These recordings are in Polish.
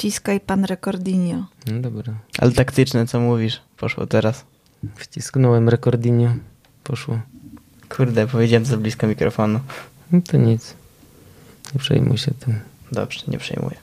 wciskaj pan Recordinio. No dobra. Ale taktyczne, co mówisz? Poszło teraz. Wcisknąłem Recordinio. Poszło. Kurde, powiedziałem za blisko mikrofonu. No to nic. Nie przejmuj się tym. Dobrze, nie przejmuję.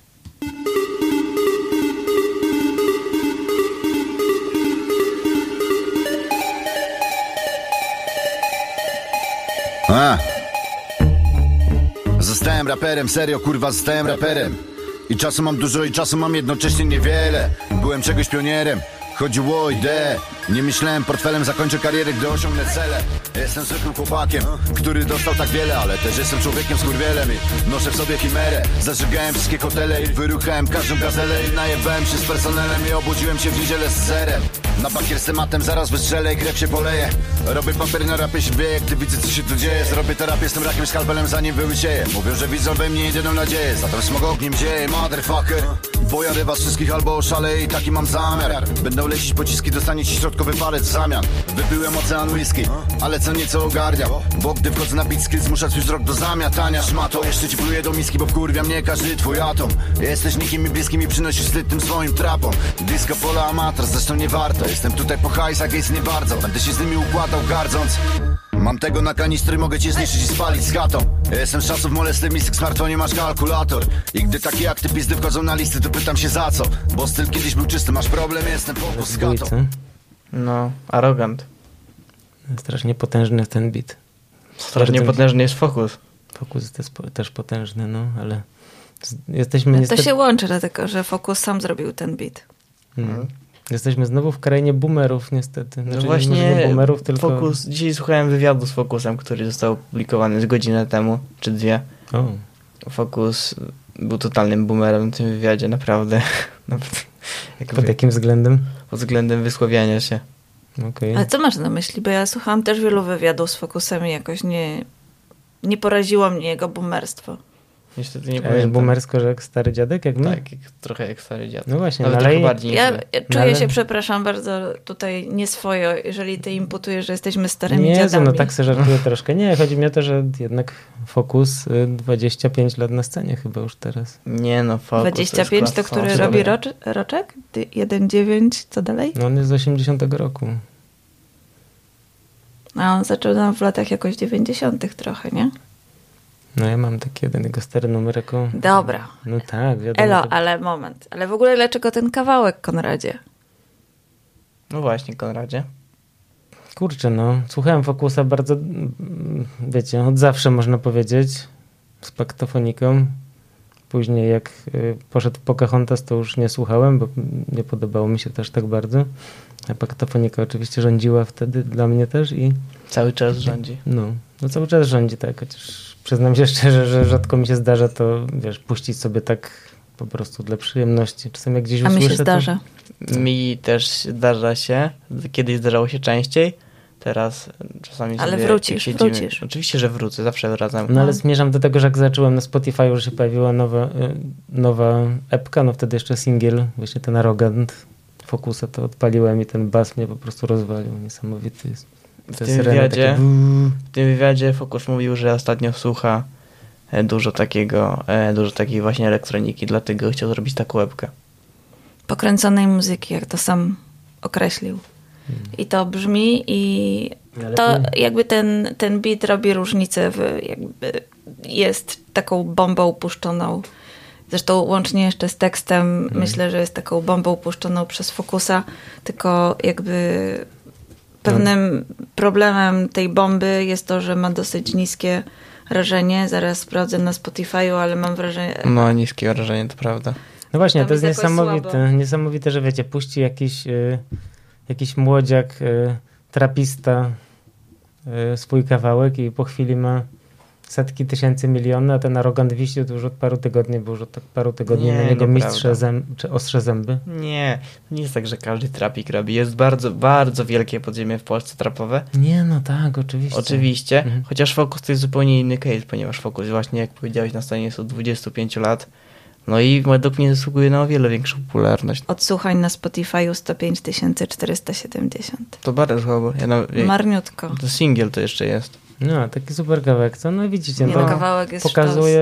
Zostałem raperem, serio kurwa, zostałem raperem. I czasu mam dużo i czasu mam jednocześnie niewiele. Byłem czegoś pionierem, chodziło o ideę. Nie myślałem portfelem, zakończę karierę, gdy osiągnę cele. Jestem zwykłym chłopakiem, który dostał tak wiele, ale też jestem człowiekiem skurwielem i noszę w sobie chimerę. Zażygałem wszystkie hotele i wyruchałem każdą gazelę. I najebałem się z personelem i obudziłem się w niedzielę z zerem. Na bakier z tematem zaraz wystrzelę i krew się poleje. Robię papier na rapie, się wieje, gdy widzę co się tu dzieje. Zrobię terapię z tym rakiem, skalpelem zanim wyłycieję. Mówią, że widzą we mnie jedyną nadzieję, zatem smog ogniem dzieje, motherfucker. Pojadę was wszystkich albo oszaleję i taki mam zamiar. Będą lecieć pociski, dostanie ci środkowy palec w zamian. Wypiłem ocean whisky, ale co nieco ogarnia. Bo gdy wchodzę na beat skill, zmusza swój wzrok do zamiatania szmato. Jeszcze ci pluję do miski, bo wkurwia mnie każdy twój atom. Jesteś nikim i bliskim i przynosisz wstyd tym swoim trapom. Disco polo amator, zresztą nie warto. Jestem tutaj po hajsach, jest nie bardzo. Będę się z nimi układał gardząc. Mam tego na kanistry, mogę cię zniszczyć i spalić z chatą. Jestem z czasów molesty, mistyk, w smartfonie masz kalkulator. I gdy takie jak ty pizdy wchodzą na listy, to pytam się za co. Bo styl kiedyś był czysty, masz problem, jestem fokus z gatą. No, arrogant. Strasznie potężny ten beat. Strasznie potężny jest fokus. Fokus jest też potężny, no, ale jesteśmy niestety... To się łączy dlatego, że Fokus sam zrobił ten beat. Jesteśmy znowu w krainie boomerów niestety. Znaczy, no właśnie nie boomerów, tylko... Fokus, dzisiaj słuchałem wywiadu z Fokusem, który został opublikowany z godzinę temu, czy dwie. O. Fokus był totalnym boomerem w tym wywiadzie, naprawdę. Pod jakim względem? Pod względem wysławiania się. Okay. Ale co masz na myśli? Bo ja słuchałam też wielu wywiadów z Fokusem i jakoś nie poraziło mnie jego boomerstwo. Niestety nie pamiętam. Boomersko, że jak stary dziadek? Jak my? Tak, trochę jak stary dziadek. No właśnie, ale trochę bardziej. Ja czuję się, przepraszam bardzo, tutaj nieswojo, jeżeli ty imputujesz, że jesteśmy starymi dziadami. No tak sobie żartuję troszkę. Nie, chodzi mi o to, że jednak Fokus 25 lat na scenie chyba już teraz. Nie no, Fokus 25 to który robi roczek? 1,9, co dalej? No on jest z 80 roku. A on zaczął w latach jakoś 90 trochę, nie? No ja mam taki jeden jego stary numer. Dobra. No tak, wiadomo. Elo, ale moment. Ale w ogóle dlaczego ten kawałek, Konradzie? No właśnie, Konradzie. Kurczę, no. Słuchałem Fokusa bardzo, wiecie, od zawsze można powiedzieć. Z Paktofoniką. Później jak poszedł Pocahontas, to już nie słuchałem, bo nie podobało mi się też tak bardzo. A Paktofonika oczywiście rządziła wtedy dla mnie też i... Cały czas rządzi. No cały czas rządzi, tak. Chociaż przyznam się szczerze, że rzadko mi się zdarza to, wiesz, puścić sobie tak po prostu dla przyjemności. Czasem jak gdzieś usłyszę... A mi się zdarza. To... Mi też zdarza się. Kiedyś zdarzało się częściej. Teraz czasami ale sobie... wrócisz. Oczywiście, że wrócę. Zawsze wracam. No ale zmierzam do tego, że jak zacząłem na Spotify, że się pojawiła nowa epka, no wtedy jeszcze singiel, właśnie ten Arrogant Fokusa, to odpaliłem i ten bas mnie po prostu rozwalił. Niesamowity jest. W tym wywiadzie Fokus mówił, że ostatnio słucha dużo takiej właśnie elektroniki, dlatego chciał zrobić taką epkę. Pokręconej muzyki, jak to sam określił. I to brzmi i to jakby ten beat robi różnicę, jakby jest taką bombą puszczoną. Zresztą łącznie jeszcze z tekstem myślę, że jest taką bombą puszczoną przez Fokusa, tylko jakby pewnym problemem tej bomby jest to, że ma dosyć niskie rażenie. Zaraz sprawdzę na Spotify'u, ale mam wrażenie... Ma niskie rażenie, to prawda. No właśnie, to jest niesamowite, że wiecie, puści jakiś młodziak, trapista swój kawałek i po chwili ma setki tysięcy, miliony, a ten Arrogant wisi to już od paru tygodni, bo już od paru tygodni na niego mistrze czy ostrze zęby. Nie jest tak, że każdy trapik robi. Jest bardzo, bardzo wielkie podziemie w Polsce trapowe. Nie, no tak, oczywiście. Chociaż Fokus to jest zupełnie inny case, ponieważ Fokus właśnie, jak powiedziałeś, na scenie jest od 25 lat. No i według mnie zasługuje na o wiele większą popularność. Odsłuchań na Spotify'u 105 470. To bardzo słabo. Marniutko. To singiel to jeszcze jest. No, taki super kawałek, co? No widzicie, kawałek jest pokazuje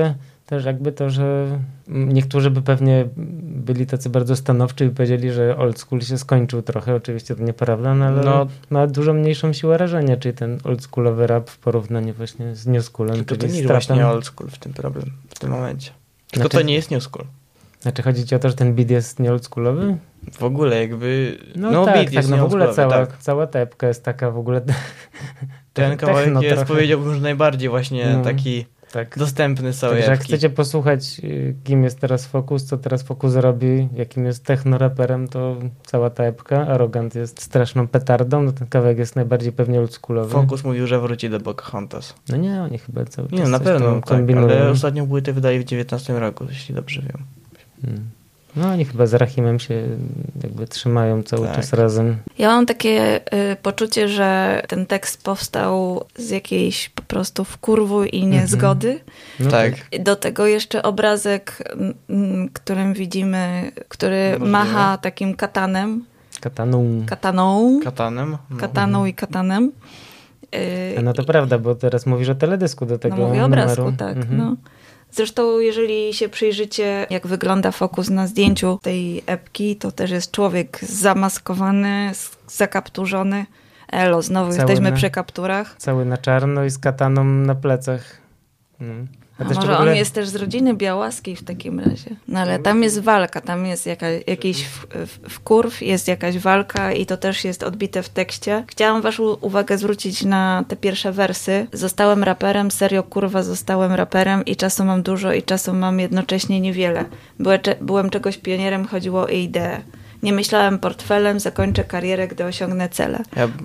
też jakby to, że niektórzy by pewnie byli tacy bardzo stanowczy i powiedzieli, że old school się skończył trochę. Oczywiście to nieprawda, no ale ma dużo mniejszą siłę rażenia, czyli ten oldschoolowy rap w porównaniu właśnie z new schoolem. Tylko to nie jest właśnie old school w tym problem, w tym momencie. Tylko to nie jest new school. Znaczy chodzi ci o to, że ten beat jest nie oldschoolowy? W ogóle jakby... beat jest w ogóle cała ta epka jest taka w ogóle... Ten kawałek jest, powiedziałbym, że najbardziej właśnie taki dostępny całej epki. Jak chcecie posłuchać, kim jest teraz Focus, co teraz Focus robi, jakim jest techno-raperem, to cała ta epka. Arrogant jest straszną petardą, no ten kawałek jest najbardziej pewnie oldschoolowy. Focus mówił, że wróci do Pocahontas. No nie, oni chyba cały czas nie, na pewno kombinują. Ale ostatnią płytę wydaje w 19 roku, jeśli dobrze wiem. No oni chyba z Rahimem się jakby trzymają cały czas razem. Ja mam takie poczucie, że ten tekst powstał z jakiejś po prostu wkurwu i niezgody. Tak. Do tego jeszcze obrazek, którym widzimy, który macha takim katanem. Kataną i katanem. No to prawda, bo teraz mówisz o teledysku do tego mówię o obrazku, tak. No. Zresztą jeżeli się przyjrzycie, jak wygląda Focus na zdjęciu tej epki, to też jest człowiek zamaskowany, zakapturzony. Elo, znowu jesteśmy przy kapturach. Cały na czarno i z kataną na plecach. A może on jest też z rodziny białaskiej w takim razie. No ale tam jest walka, tam jest jakiś wkurw, jest jakaś walka i to też jest odbite w tekście. Chciałam waszą uwagę zwrócić na te pierwsze wersy. Zostałem raperem, serio kurwa zostałem raperem i czasu mam dużo i czasu mam jednocześnie niewiele. Byłem czegoś pionierem, chodziło o ideę. Nie myślałem portfelem, zakończę karierę, gdy osiągnę cele.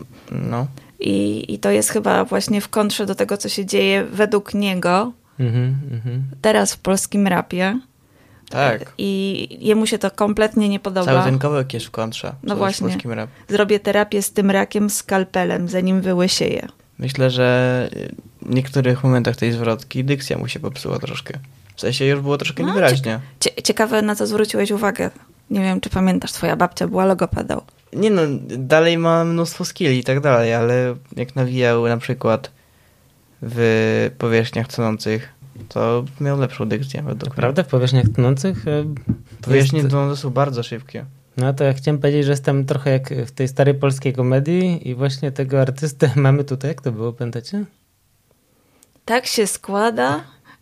I to jest chyba właśnie w kontrze do tego, co się dzieje według niego teraz w polskim rapie. Tak. I jemu się to kompletnie nie podoba. Cały ten kawałek jest w kontrze. No właśnie. W polskim rapie. Zrobię terapię z tym rakiem skalpelem, zanim wyłysieje. Myślę, że w niektórych momentach tej zwrotki dykcja mu się popsuła troszkę. W sensie już było troszkę niewyraźnie. Ciekawe, na co zwróciłeś uwagę. Nie wiem, czy pamiętasz, twoja babcia była logopedą. Nie no, dalej ma mnóstwo skilli i tak dalej, ale jak nawijał na przykład w powierzchniach tonących, to miał lepszą dykcję. Prawda? W powierzchniach tonących? Powierzchnie tonące są bardzo szybkie. No to ja chciałem powiedzieć, że jestem trochę jak w tej starej polskiej komedii i właśnie tego artystę mamy tutaj. Jak to było, pamiętacie? Tak się składa...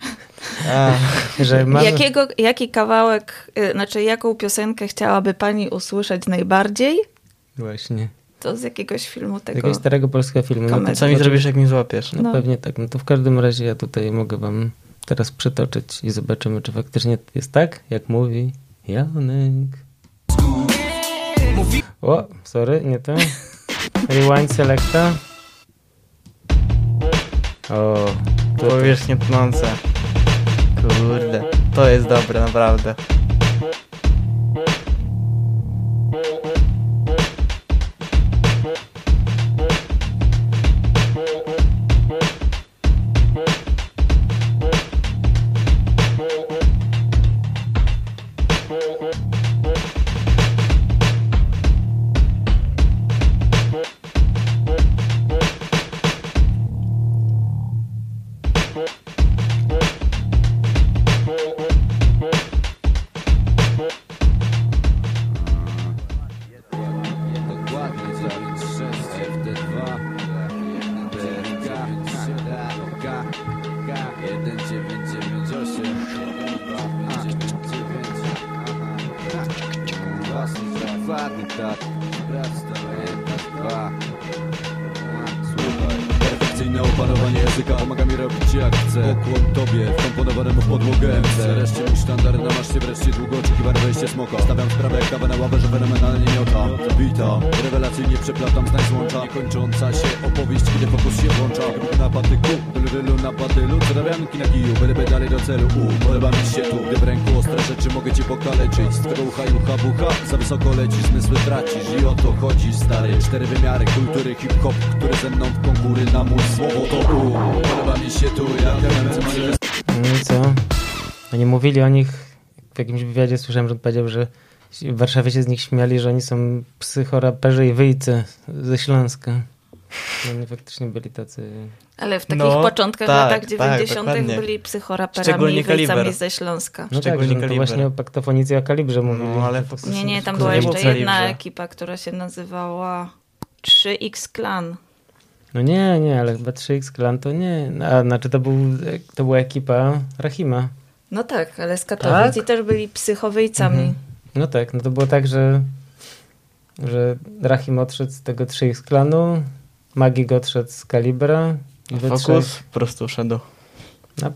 że jaki kawałek, znaczy jaką piosenkę chciałaby pani usłyszeć najbardziej? Właśnie. To z jakiegoś filmu tego. Jakiegoś starego polskiego filmu. No to co mi zrobisz, jak mi złapiesz? No pewnie tak. No to w każdym razie ja tutaj mogę wam teraz przytoczyć i zobaczymy, czy faktycznie jest tak, jak mówi Janek. O, sorry, nie to. Rewind selecta. O, powierzchnie tonące. Kurde, to jest dobre, naprawdę. Perfekcyjne opanowanie języka pomaga mi robić jak chcę. Pokłon tobie, wkomponowanemu w podłogę MC. Wreszcie mój sztandar, namaszcie wreszcie długo oczekiwane wejście smoka. Stawiam sprawę jak kawę na ławę, że fenomenalnie miotam. Witam, rewelacyjnie przeplatam znań złącza. Niekończąca się opowieść, kiedy fokus się włącza. Grób na patyku, rylu na patylu. Zarabianki na kiju, byle dalej do celu. Podoba mi się tu, gdy w ręku ostre rzeczy mogę cię pokaleczyć. Z twego ucha jucha bucha, za wysoko lecisz, zmysły tracisz. I o to chodzi, stary. 4 wymiary kultury hip-hop, który ze mną w konkury na mój słowo to podoba mi się tu, jak No i co? Oni mówili o nich, w jakimś wywiadzie słyszałem, że on powiedział, że w Warszawie się z nich śmiali, że oni są psychoraperzy i wyjcy ze Śląska. No oni faktycznie byli tacy... Ale w takich początkach latach 90. byli psychoraperami szczególnie i wyjcami Kaliber. ze Śląska. No tak, że to właśnie o Paktofonicy, o Kalibrze mówili. No, ale Nie, tam była jeszcze jedna ekipa, która się nazywała 3X Clan. No nie, ale chyba 3X Clan to nie. Znaczy to była ekipa Rahima. No tak, ale z Katowic i też byli psychowyjcami. No tak, no to było tak, że Rahim odszedł z tego 3X Clanu, Magik odszedł z Kalibra. Fokus po prostu szedł. A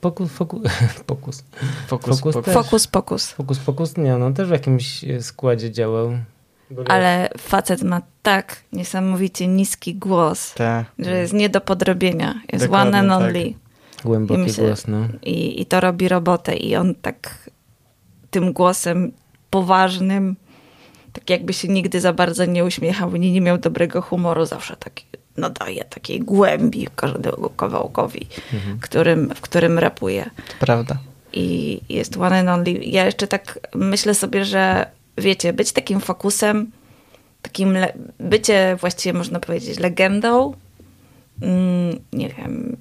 Fokus, nie, no też w jakimś składzie działał. Ale facet ma tak niesamowicie niski głos, że jest nie do podrobienia. Jest dokładnie, one and only. Głęboki głos, no. I to robi robotę. I on tak tym głosem poważnym, tak jakby się nigdy za bardzo nie uśmiechał, nie miał dobrego humoru, zawsze taki nadaje takiej głębi każdego kawałkowi, w którym rapuje. To prawda. I jest one and only. Ja jeszcze tak myślę sobie, że wiecie, być takim Fokusem, bycie właściwie można powiedzieć legendą, nie wiem,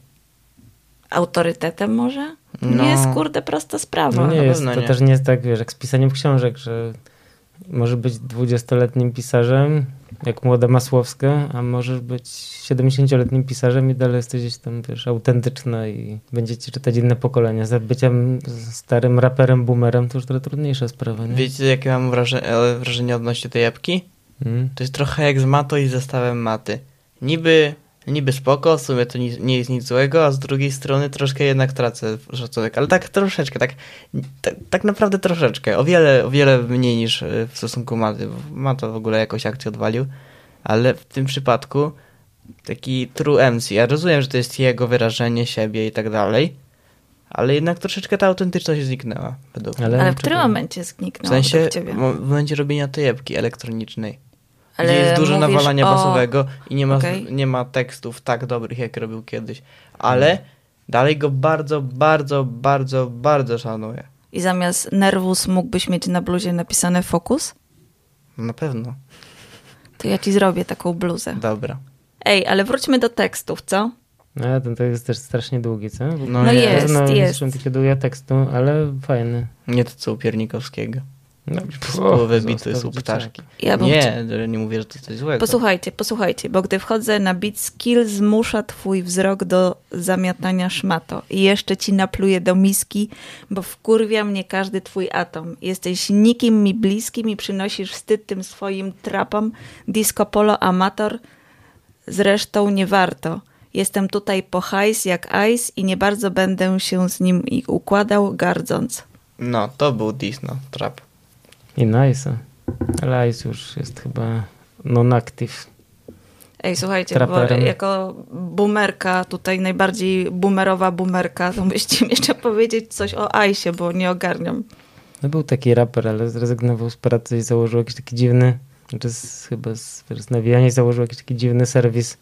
autorytetem może? Nie jest kurde prosta sprawa. No nie jest, to też nie jest tak, wiesz, jak z pisaniem książek, że możesz być 20-letnim pisarzem, jak Młoda Masłowska, a możesz być 70-letnim pisarzem i dalej jesteś gdzieś tam, wiesz, autentyczna i będziecie czytać inne pokolenia. Z byciem starym raperem, boomerem to już trochę trudniejsza sprawa, nie? Wiecie, jakie mam wrażenie odnośnie tej epki? To jest trochę jak z Mato i zestawem Maty. Niby spoko, w sumie to nie jest nic złego, a z drugiej strony troszkę jednak tracę szacunek. Ale tak troszeczkę, tak naprawdę troszeczkę. O wiele mniej niż w stosunku Maty. Mato w ogóle jakoś akcję odwalił. Ale w tym przypadku taki true MC. Ja rozumiem, że to jest jego wyrażenie siebie i tak dalej, ale jednak troszeczkę ta autentyczność zniknęła. Ale w którym momencie zniknęła? W sensie w momencie robienia tej epki elektronicznej. Ale gdzie jest dużo nawalania basowego i nie ma tekstów tak dobrych, jak robił kiedyś. Ale dalej go bardzo, bardzo, bardzo, bardzo szanuję. I zamiast Nervus mógłbyś mieć na bluzie napisane Fokus? Na pewno. To ja ci zrobię taką bluzę. Dobra. Ej, ale wróćmy do tekstów, co? No, ten tekst jest też strasznie długi, co? No jest. Nie takiego długiego tekstu, ale fajny. Nie to co u Piernikowskiego. No, połowę bity są ptaszki. Nie mówię, że to coś złego. Posłuchajcie, bo gdy wchodzę na beat, skill zmusza twój wzrok do zamiatania szmato. I jeszcze ci napluję do miski, bo wkurwia mnie każdy twój atom. Jesteś nikim mi bliskim i przynosisz wstyd tym swoim trapom. Disco polo amator, zresztą nie warto. Jestem tutaj po hajs jak ice i nie bardzo będę się z nim układał, gardząc. No, to był Disno, trap. I Nice. Ale Ice już jest chyba non-active. Ej, słuchajcie, bo jako boomerka, tutaj najbardziej boomerowa boomerka, to musicie mi jeszcze powiedzieć coś o Ice'ie, bo nie ogarniam. No był taki raper, ale zrezygnował z pracy i założył jakiś taki dziwny, chyba z nawijania założył jakiś taki dziwny serwis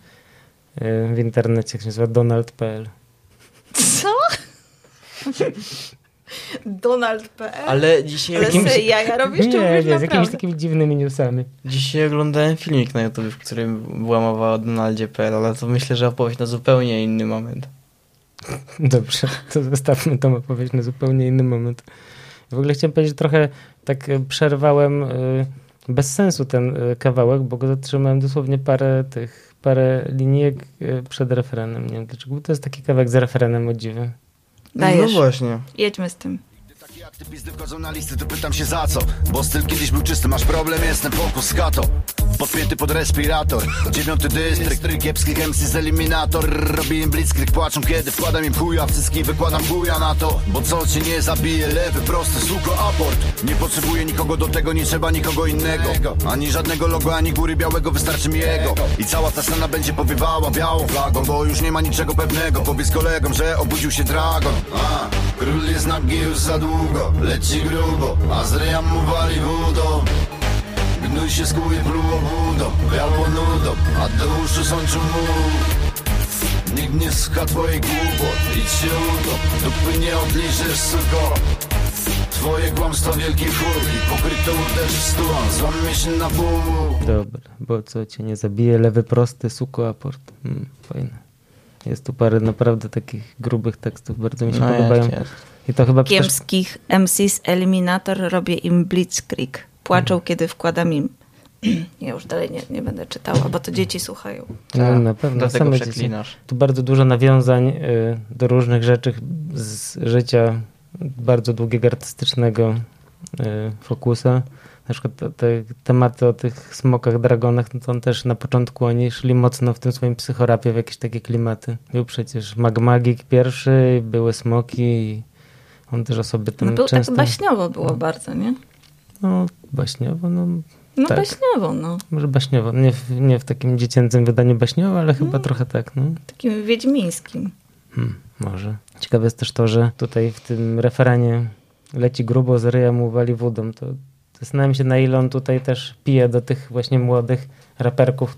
w internecie, jak się nazywa Donald.pl. Co? Donald.pl? Ale dzisiaj... ja robisz nie, z jakimiś takimi dziwnymi newsami. Dzisiaj oglądałem filmik na YouTube, w którym była mowa o Donaldzie.pl, ale to myślę, że opowieść na zupełnie inny moment. Dobrze, to zostawmy tą opowieść na zupełnie inny moment. W ogóle chciałem powiedzieć, że trochę tak przerwałem bez sensu ten kawałek, bo go zatrzymałem dosłownie parę linijek przed refrenem. Nie wiem dlaczego, bo to jest taki kawałek z refrenem, o dziwo. Dajesz. No właśnie. Jedźmy z tym. Jak te pizdy wchodzą na listy, to pytam się za co. Bo styl kiedyś był czysty, masz problem, jestem Fokus z Kato. Podpięty pod respirator, 9. dystrykt, kiepskich MC z eliminator. Robię im blitzkrieg, płaczą kiedy wkładam im chuja w cyski, wykładam chuja na to. Bo co cię nie zabije, lewy, prosty, suko, aport. Nie potrzebuję nikogo do tego, nie trzeba nikogo innego. Ani żadnego logo, ani góry białego, wystarczy mi jego. I cała ta scena będzie powiewała białą flagą, bo już nie ma niczego pewnego. Powiedz kolegom, że obudził się dragon. Król jest nagi już za długo, leci grubo, a z ryja mu wali wódą. Gnój się skłuje pluło budą, białą nudą, a do uszu sączą mu. Nikt nie słucha twojej głupot, idź się udo, dupy nie odliczysz, suko. Twoje kłamstwa wielki furt i pokryto uderz w stół, złamie się na pół. Dobra, bo co cię nie zabije, lewy prosty, suko aport. Fajne. Jest tu parę naprawdę takich grubych tekstów, bardzo mi się podobają. Jest. I to chyba Kiepskich MCs Eliminator robię im Blitzkrieg. Płaczą, kiedy wkładam im. Ja już dalej nie będę czytała, bo to dzieci słuchają. No, na pewno. Dlatego Same przeklinasz. dzieci. Tu bardzo dużo nawiązań do różnych rzeczy z życia bardzo długiego artystycznego Focusa. Na przykład te tematy o tych smokach, dragonach, no to on też na początku oni szli mocno w tym swoim psychorapie w jakieś takie klimaty. Był przecież Magik pierwszy, były smoki i on też o sobie tam Był często... tak baśniowo było bardzo, nie? No baśniowo, no tak. Baśniowo, no. Może baśniowo. Nie w takim dziecięcym wydaniu baśniowo, ale chyba trochę tak, no. Takim wiedźmińskim. Może. Ciekawe jest też to, że tutaj w tym refrenie leci grubo, z ryja mu wali wodą. To zastanawiam się, na ile on tutaj też pije do tych właśnie młodych raperków,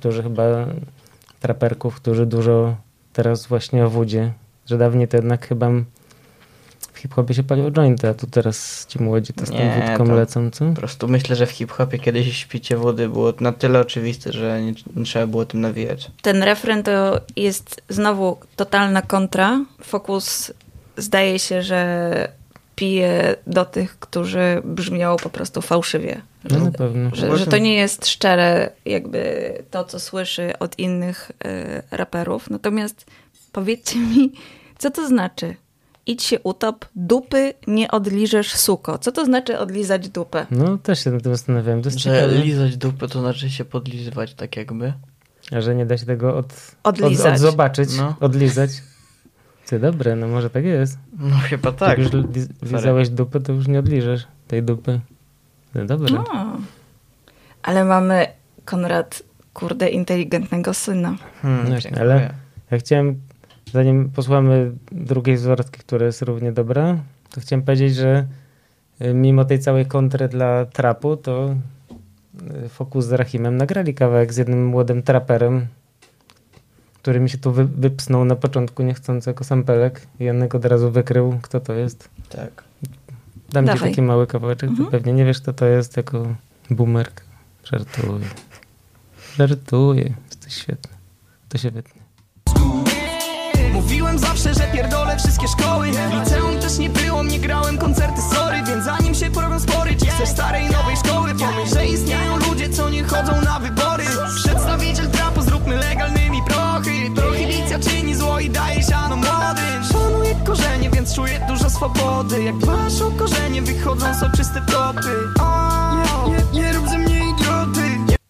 którzy dużo teraz właśnie o wódzie. Że dawniej to jednak chyba w hip-hopie się paliło jointy, a tu teraz ci młodzi to z tą wódką lecą, co? Po prostu myślę, że w hip-hopie kiedyś picie wody było na tyle oczywiste, że nie trzeba było tym nawijać. Ten refren to jest znowu totalna kontra. Focus zdaje się, że pije do tych, którzy brzmią po prostu fałszywie. No na pewno. Że to nie jest szczere jakby to, co słyszy od innych raperów. Natomiast powiedzcie mi, co to znaczy? Idź się utop, dupy nie odliżesz, suko. Co to znaczy odlizać dupę? No też się nad tym zastanawiałem. To jest Że ciekawe. lizać dupę to znaczy się podlizywać tak jakby. A że nie da się tego Odlizać. zobaczyć, No. odlizać. Co dobre, no może tak jest. No chyba tak. Jak już lizałeś dupę, to już nie odliżesz tej dupy. No dobre. No. Ale mamy, Konrad, kurde, inteligentnego syna. Właśnie, ale ja chciałem, zanim posłuchamy drugiej zwrotki, która jest równie dobra, to chciałem powiedzieć, że mimo tej całej kontry dla trapu, to Focus z Rahimem nagrali kawałek z jednym młodym traperem, który mi się tu wypsnął na początku niechcący jako sampelek. Janek od razu wykrył, kto to jest. Tak. Dam ci Dawaj. taki mały kawałeczek, ty pewnie nie wiesz, kto to jest, jako boomerk. Żartuję. Jesteś świetny. To się wytnie. Mówiłem zawsze, że pierdolę wszystkie szkoły. Liceum też nie było, nie grałem koncerty, sorry. Więc zanim się porobią spory, czy chcesz starej nowej szkoły? Pomyśl, że istnieją ludzie, co nie chodzą na wybory. Przedstawiciel trapu, zróbmy legalnymi prochy. Prohibicja czyni zło i daje siano młodym. Szanuję korzenie, więc czuję dużo swobody. Jak dbasz o korzenie, wychodzą soczyste topy. Nie rób ze mnie idioty.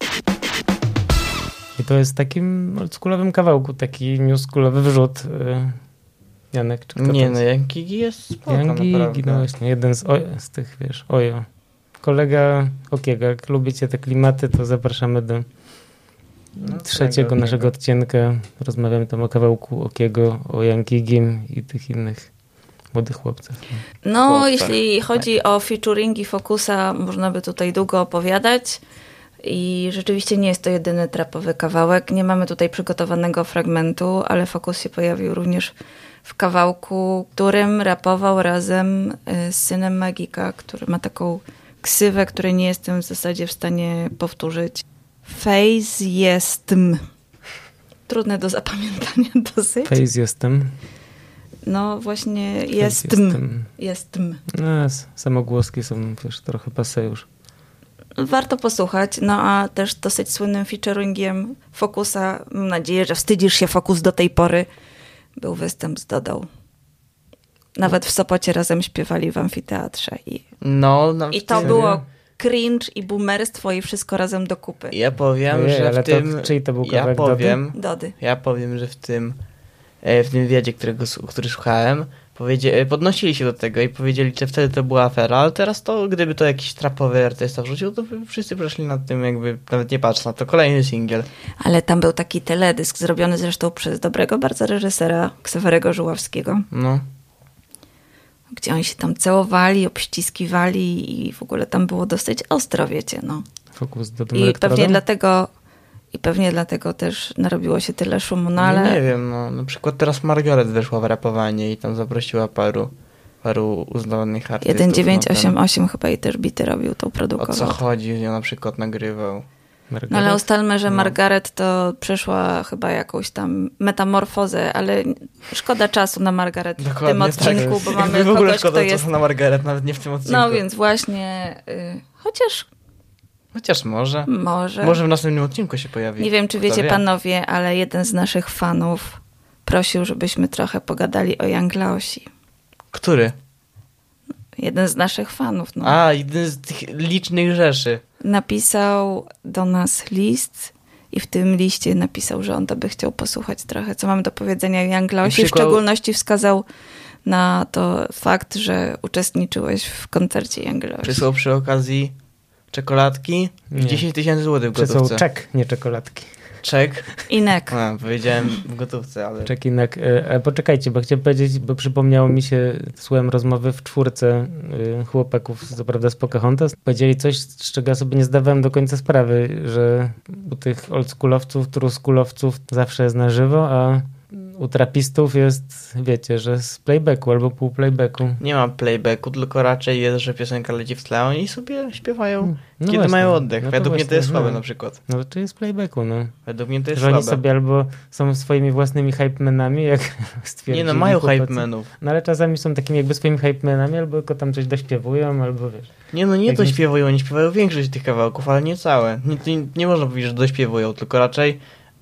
I to jest takim oldschoolowym kawałku, taki newschoolowy wrzut. Janek, czy kto Nie, to no jest? Young Gigi jest spoko, Young Gigi, naprawdę. no właśnie, jeden z tych, wiesz, Ojo. Kolega Okiego, jak lubicie te klimaty, to zapraszamy do trzeciego naszego odcinka. Rozmawiamy tam o kawałku Okiego, o Young Gigim i tych innych młodych chłopcach. No, jeśli chodzi o featuringi Focusa, można by tutaj długo opowiadać. I rzeczywiście nie jest to jedyny trapowy kawałek. Nie mamy tutaj przygotowanego fragmentu, ale Focus się pojawił również w kawałku, którym rapował razem z synem Magika, który ma taką ksywę, której nie jestem w zasadzie w stanie powtórzyć. Face jestem. Trudne do zapamiętania dosyć. Face jestem. No właśnie jestem. No, samogłoski są, wiesz, trochę passé już. Warto posłuchać, no a też dosyć słynnym featuringiem Focusa, mam nadzieję, że wstydzisz się Focus do tej pory, był występ z Dodą. Nawet w Sopocie razem śpiewali w amfiteatrze i to było cringe i boomerstwo i wszystko razem do kupy. Ja powiem, że ale w tym... Czyj to był kawałek Dody. Ja powiem, że w tym wywiadzie, który słuchałem, podnosili się do tego i powiedzieli, że wtedy to była afera, ale teraz to, gdyby to jakiś trapowy artysta wrzucił, to wszyscy przeszli nad tym, jakby nawet nie patrz na to. Kolejny singiel. Ale tam był taki teledysk zrobiony zresztą przez dobrego bardzo reżysera Ksawerego Żuławskiego. No. Gdzie oni się tam całowali, obściskiwali i w ogóle tam było dosyć ostro, wiecie, no. Focus do I pewnie dlatego też narobiło się tyle szumu, no ale... Nie wiem, no na przykład teraz Margaret weszła w rapowanie i tam zaprosiła paru paru uznanych artystów. 1988 chyba i też bity robił, tą produkował. O co chodzi? Ja na przykład nagrywał. No ale ustalmy, że Margaret to przeszła chyba jakąś tam metamorfozę, ale szkoda czasu na Margaret w tym odcinku, bo mamy w ogóle kogoś, szkoda kto jest... czasu na Margaret, nawet nie w tym odcinku. No więc właśnie, Chociaż może. Może. Może w następnym odcinku się pojawi. Nie wiem, czy wiecie panowie, ale jeden z naszych fanów prosił, żebyśmy trochę pogadali o Young Laosi. Który? Jeden z naszych fanów. No. A, jeden z tych licznych rzeszy. Napisał do nas list i w tym liście napisał, że on to by chciał posłuchać trochę, co mam do powiedzenia o Young Laosi. W szczególności wskazał na to fakt, że uczestniczyłeś w koncercie Young Laosi. Przysłał przy okazji czekoladki i 10 000 złotych w gotówce. Przysłał czek, nie czekoladki. Czek? Inek. Powiedziałem w gotówce, ale... Czek inek. Poczekajcie, bo chciałem powiedzieć, bo przypomniało mi się, słuchałem rozmowy w 4 chłopaków, co prawda z Pocahontas. Powiedzieli coś, z czego ja sobie nie zdawałem do końca sprawy, że u tych oldschoolowców, trueschoolowców zawsze jest na żywo, a u trapistów jest, wiecie, że z playbacku albo pół playbacku. Nie ma playbacku, tylko raczej jest, że piosenka leci w tle, oni sobie śpiewają, kiedy właśnie, mają oddech. no Według mnie to jest słabe no. na przykład. No to jest playbacku, no. Według mnie to jest że słabe. oni sobie albo są swoimi własnymi hypemenami, jak stwierdzili. Nie no, mają chłopacy. hypemenów. No ale czasami są takimi jakby swoimi hypemenami, albo tylko tam coś dośpiewują, albo wiesz. Nie no, nie dośpiewują, oni śpiewają większość tych kawałków, ale nie całe. Nie można powiedzieć, że dośpiewują, tylko raczej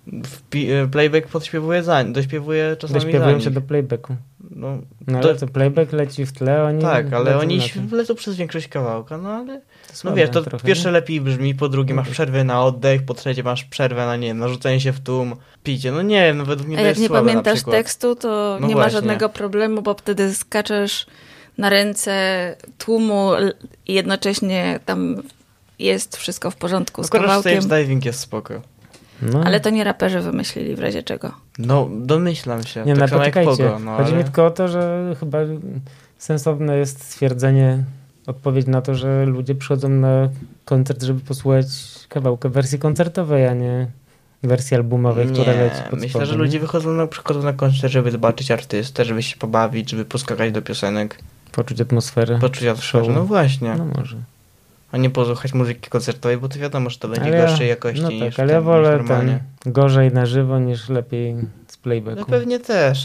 playback dośpiewuje czasami dośpiewują się do playbacku. No ale to playback leci w tle, oni... Tak, ale oni lecą przez większość kawałka, no ale... Słabe, no wiesz, to trochę, pierwsze nie? lepiej brzmi, po drugie masz przerwę na oddech, po trzecie masz przerwę na, nie wiem, narzucenie się w tłum, picie, no nie wiem, no według mnie to jest słabe. A jak nie pamiętasz tekstu, to no nie właśnie. ma żadnego problemu, bo wtedy skaczesz na ręce tłumu i jednocześnie tam jest wszystko w porządku z kawałkiem. Stage diving jest spoko. No. Ale to nie raperzy wymyślili w razie czego. No, domyślam się. Nie, tak no samo poczekajcie. jak Pogo, no, Chodzi ale... mi tylko o to, że chyba sensowne jest stwierdzenie, odpowiedź na to, że ludzie przychodzą na koncert, żeby posłuchać kawałka wersji koncertowej, a nie wersji albumowej, która leci pod myślę, spodem. że ludzie przychodzą na koncert, żeby zobaczyć artystę, żeby się pobawić, żeby poskakać do piosenek. Poczuć atmosferę. No właśnie. No może. A nie posłuchać muzyki koncertowej, bo to wiadomo, że to będzie gorszej jakości no niż tak, ale ja wolę normalnie. gorzej na żywo niż lepiej z playbacku. No pewnie też,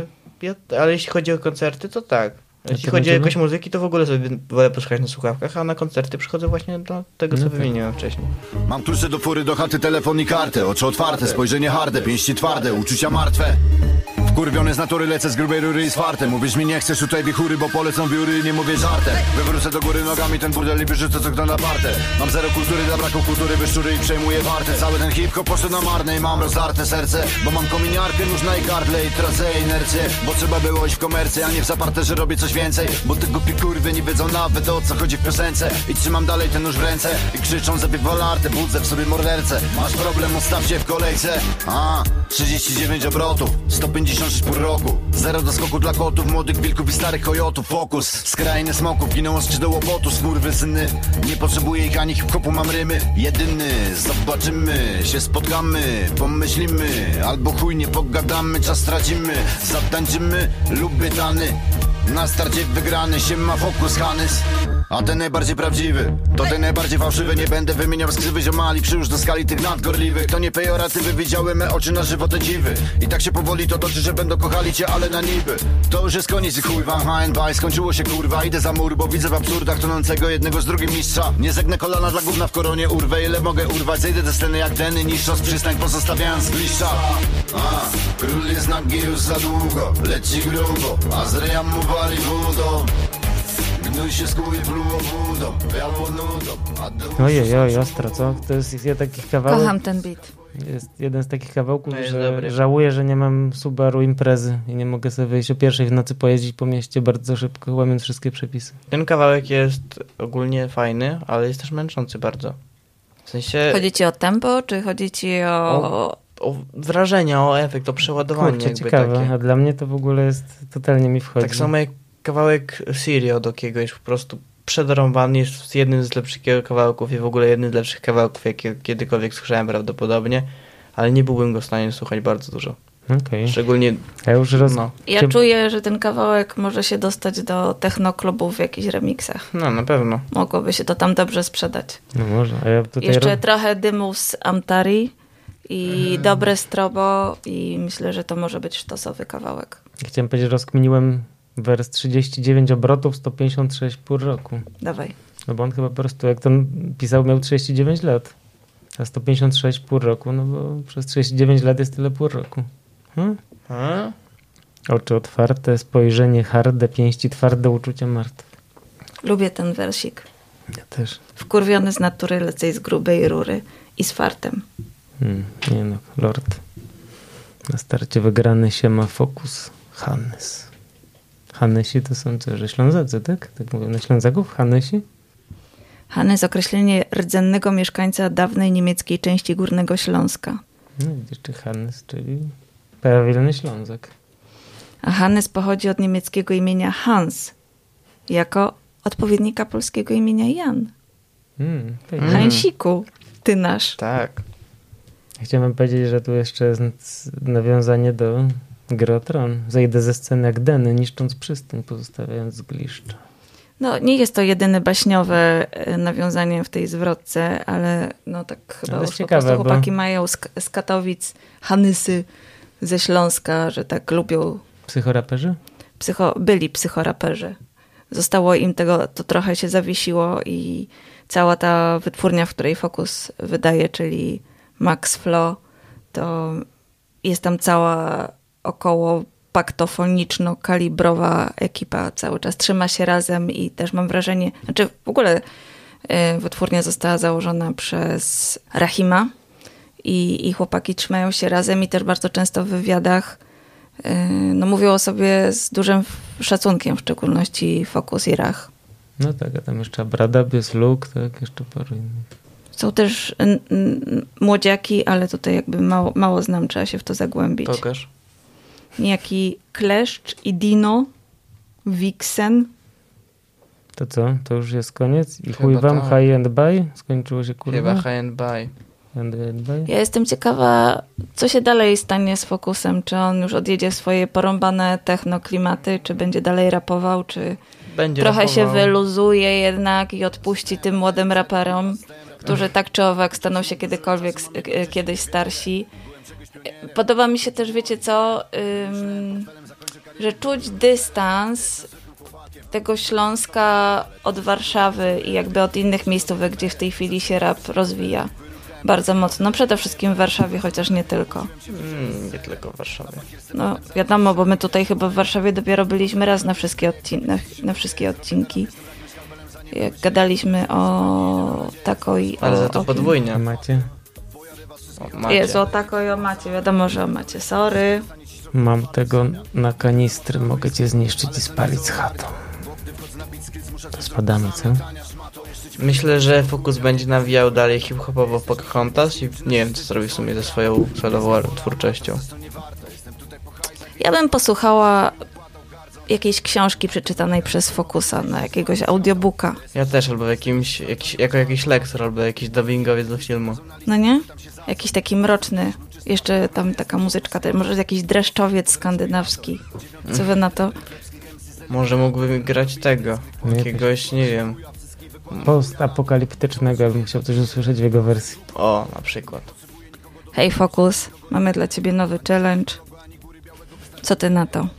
ale jeśli chodzi o koncerty, to tak. Jeśli chodzi o jakość muzyki, to w ogóle sobie wolę posłuchać na słuchawkach, a na koncerty przychodzę właśnie do tego, co wymieniłem wcześniej. Mam klucze do fury, do chaty, telefon i kartę. Oczy otwarte, spojrzenie harde, pięści twarde, uczucia martwe. Wkurwiony z natury lecę z grubej rury i z fartem. Mówisz mi nie chcesz tutaj wichury, bo polecą wióry, nie mówię żartem. Wywrócę do góry nogami ten burdel i wyrzucę co kto na partę. Mam zero kultury, dla braku kultury wyszczury i przejmuję wartę. Cały ten hip-hop poszedł na marne i mam rozlarte serce. Bo mam kominiarkę, nóżna i gardle i tracę inercję. Bo trzeba było iść w komercję, a nie w zaparte, że robię coś więcej. Bo te głupie kurwy nie wiedzą nawet o co chodzi w piosence. I trzymam dalej ten nóż w ręce i krzyczą zabij walartę, budzę w sobie mordercę. Masz problem, ustaw się w kolejce. 39 obrotów, 156 pół roku. Zero do skoku dla kotów, młodych wilków i starych kojotów. Fokus, skrajny smoków, ginęło skrzydeł łopotu. Skurwysyny, nie potrzebuję ich ani hip-hopu, mam rymy. Jedyny, zobaczymy, się spotkamy, pomyślimy. Albo chuj nie pogadamy, czas stracimy. Zatańczymy, lubię dany. Na starcie wygrany, siema fokus Hanys. A ten najbardziej prawdziwy, to ten najbardziej fałszywy. Nie będę wymieniał skzywy ziomali, przyłóż do skali tych nadgorliwych. To nie pejoratywy, widziały me oczy na żywo te dziwy. I tak się powoli to toczy, że będą kochali cię, ale na niby. To już jest koniec i chuj wam HNB, skończyło się kurwa. Idę za mur, bo widzę w absurdach tonącego jednego z drugim mistrza. Nie zegnę kolana dla gówna w koronie, urwę ile mogę urwać. Zejdę ze sceny jak Denny, niszcząc przystań, pozostawiając bliższa. Król jest nagi już za długo, leci grubo, a z ryja mu wali wodą. Gnój się skłuje pluło wodą, biało nudą. Ojej, ostro, co? To jest jeden takich kawałków. Kocham ten beat. Jest jeden z takich kawałków, że dobry. żałuję, że nie mam Subaru imprezy i nie mogę sobie wyjść o 1:00 w nocy pojeździć po mieście bardzo szybko, łamiąc wszystkie przepisy. Ten kawałek jest ogólnie fajny, ale jest też męczący bardzo. W sensie... Chodzi ci o tempo, czy chodzi ci o wrażenia, o efekt, o przeładowanie. Kurczę, jakby ciekawe, takie. a dla mnie to w ogóle jest, totalnie mi wchodzi. Tak samo jak kawałek Siri od jakiegoś po prostu przedrąbany, jest jednym z lepszych kawałków i w ogóle jednym z lepszych kawałków, jakie kiedykolwiek słyszałem prawdopodobnie, ale nie byłbym go w stanie słuchać bardzo dużo. Okay. Szczególnie... Ja czuję, że ten kawałek może się dostać do technoklubów w jakichś remixach. No, na pewno. Mogłoby się to tam dobrze sprzedać. No może. A ja tutaj jeszcze trochę dymów z Amtari i dobre strobo i myślę, że to może być sztosowy kawałek. Chciałem powiedzieć, że rozkminiłem wers 39 obrotów, 156 pół roku. Dawaj. No bo on chyba po prostu, jak to pisał, miał 39 lat. A 156 pół roku, no bo przez 39 lat jest tyle pół roku. Oczy otwarte, spojrzenie harde, pięści twarde, uczucia martwe. Lubię ten wersik. Ja też. Wkurwiony z natury, lecę z grubej rury i z fartem. Nie no, Lord. Na starcie wygrany się ma Fokus. Hannes. Hannesi to są co, że Ślązacy, tak? Tak mówią na Ślązaków? Hannesi? Hannes określenie rdzennego mieszkańca dawnej niemieckiej części Górnego Śląska. No widzisz, czy Hannes, czyli prawilny Ślązak. A Hannes pochodzi od niemieckiego imienia Hans, jako odpowiednika polskiego imienia Jan. Hansiku, ty nasz. Tak. Chciałem powiedzieć, że tu jeszcze jest nawiązanie do Gry o Tron. Zejdę ze sceny jak Deny, niszcząc przystań, pozostawiając zgliszcza. No, nie jest to jedyne baśniowe nawiązanie w tej zwrotce, ale no tak chyba już ciekawe, po prostu chłopaki mają z Katowic Hannysy ze Śląska, że tak lubią. Psychoraperzy? Byli psychoraperzy. Zostało im tego, to trochę się zawiesiło i cała ta wytwórnia, w której Fokus wydaje, czyli Max Flow, to jest tam cała około paktofoniczno-kalibrowa ekipa cały czas trzyma się razem i też mam wrażenie, znaczy w ogóle wytwórnia została założona przez Rahima i chłopaki trzymają się razem i też bardzo często w wywiadach no, mówią o sobie z dużym szacunkiem, w szczególności Fokus i Rach. No tak, a tam jeszcze Abradabius, Luke, tak, jeszcze paru innych. Są też młodziaki, ale tutaj jakby mało znam, trzeba się w to zagłębić. Pokaż. Niejaki Kleszcz i Dino, Vixen. To co? To już jest koniec? I chuj wam, tak. High and Buy? Skończyło się kurwa? Chyba High and Buy. Ja jestem ciekawa, co się dalej stanie z Fokusem. Czy on już odjedzie w swoje porąbane technoklimaty, czy będzie dalej rapował, czy będzie trochę rapował. się wyluzuje jednak i odpuści tym młodym raperom, którzy tak czy owak staną się kiedyś starsi. Podoba mi się też, wiecie co, że czuć dystans tego Śląska od Warszawy i jakby od innych miejscówek, gdzie w tej chwili się rap rozwija bardzo mocno. No przede wszystkim w Warszawie, chociaż nie tylko. Nie tylko w Warszawie. No wiadomo, bo my tutaj chyba w Warszawie dopiero byliśmy raz na wszystkie odcinki. Jak gadaliśmy o Tako i ale za to podwójnie. Macie? Jezu, o Tako i o Macie. Wiadomo, że o Macie. Sorry. Mam tego na kanistry. Mogę cię zniszczyć i spalić z chatą. To spadamy, co? Myślę, że Fokus będzie nawijał dalej hip-hopowo Pocahontas i nie wiem, co zrobi w sumie ze swoją solową twórczością. Ja bym posłuchała jakiejś książki przeczytanej przez Fokusa na jakiegoś audiobooka. Ja też, albo jako jakiś lektor, albo jakiś dubbingowiec do filmu. No nie? Jakiś taki mroczny. Jeszcze tam taka muzyczka, może jakiś dreszczowiec skandynawski. Co wy na to? Może mógłbym grać tego. Jakiegoś, nie wiem. Postapokaliptycznego, ja bym chciał coś usłyszeć w jego wersji. O, na przykład. Hej Fokus, mamy dla ciebie nowy challenge. Co ty na to?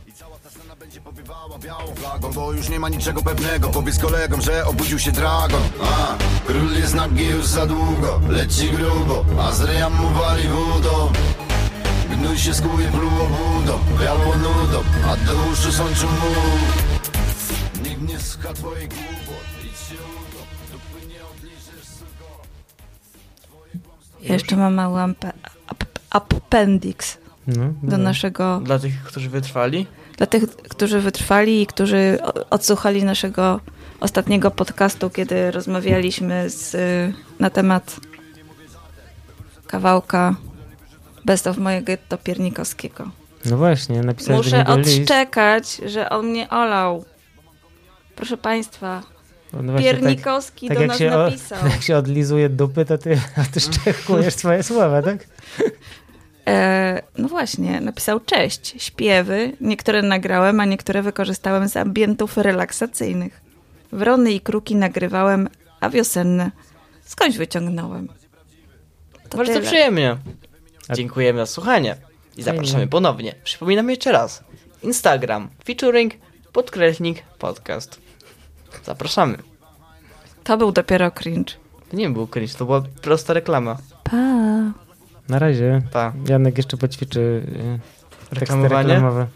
Bo już nie ma niczego pewnego. Powiedz kolegom, że obudził się dragon. Król jest nagi już za długo. Leci grubo, a z ryja mu wali wodą. Gnój się skłuje pluło budą. Wiało nudą, a do uszu sączą mu. Nikt nie słucha twojej głupot. Idź się udo, dopóki nie odliczysz suko. Jeszcze mam mały appendix do naszego... Dla tych, którzy wytrwali? Dla tych, którzy wytrwali i którzy odsłuchali naszego ostatniego podcastu, kiedy rozmawialiśmy na temat kawałka Best of mojego getto Piernikowskiego. No właśnie, napisałeś Muszę odszczekać, że on mnie olał. Proszę Państwa, no Piernikowski tak do nas napisał. Jak się odlizuje dupy, to ty szczekujesz swoje słowa, tak? No właśnie, napisał: cześć, śpiewy, niektóre nagrałem, a niektóre wykorzystałem z ambientów relaksacyjnych. Wrony i kruki nagrywałem, a wiosenne skądś wyciągnąłem. To bardzo tyle. przyjemnie. Dziękujemy za słuchanie i zapraszamy ponownie. Przypominam jeszcze raz. Instagram, _podcast. Zapraszamy. To był dopiero cringe. To nie był cringe, to była prosta reklama. Pa. Na razie. Pa. Janek jeszcze poćwiczy teksty Reklamowanie? reklamowe.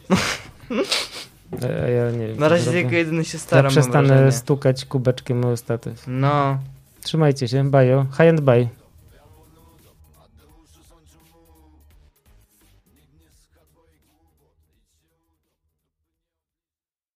A ja nie wiem, Na razie zrobię. tylko jedyny się staram. Ja przestanę stukać kubeczkiem o statyw. No. Trzymajcie się, bajo. High and bye.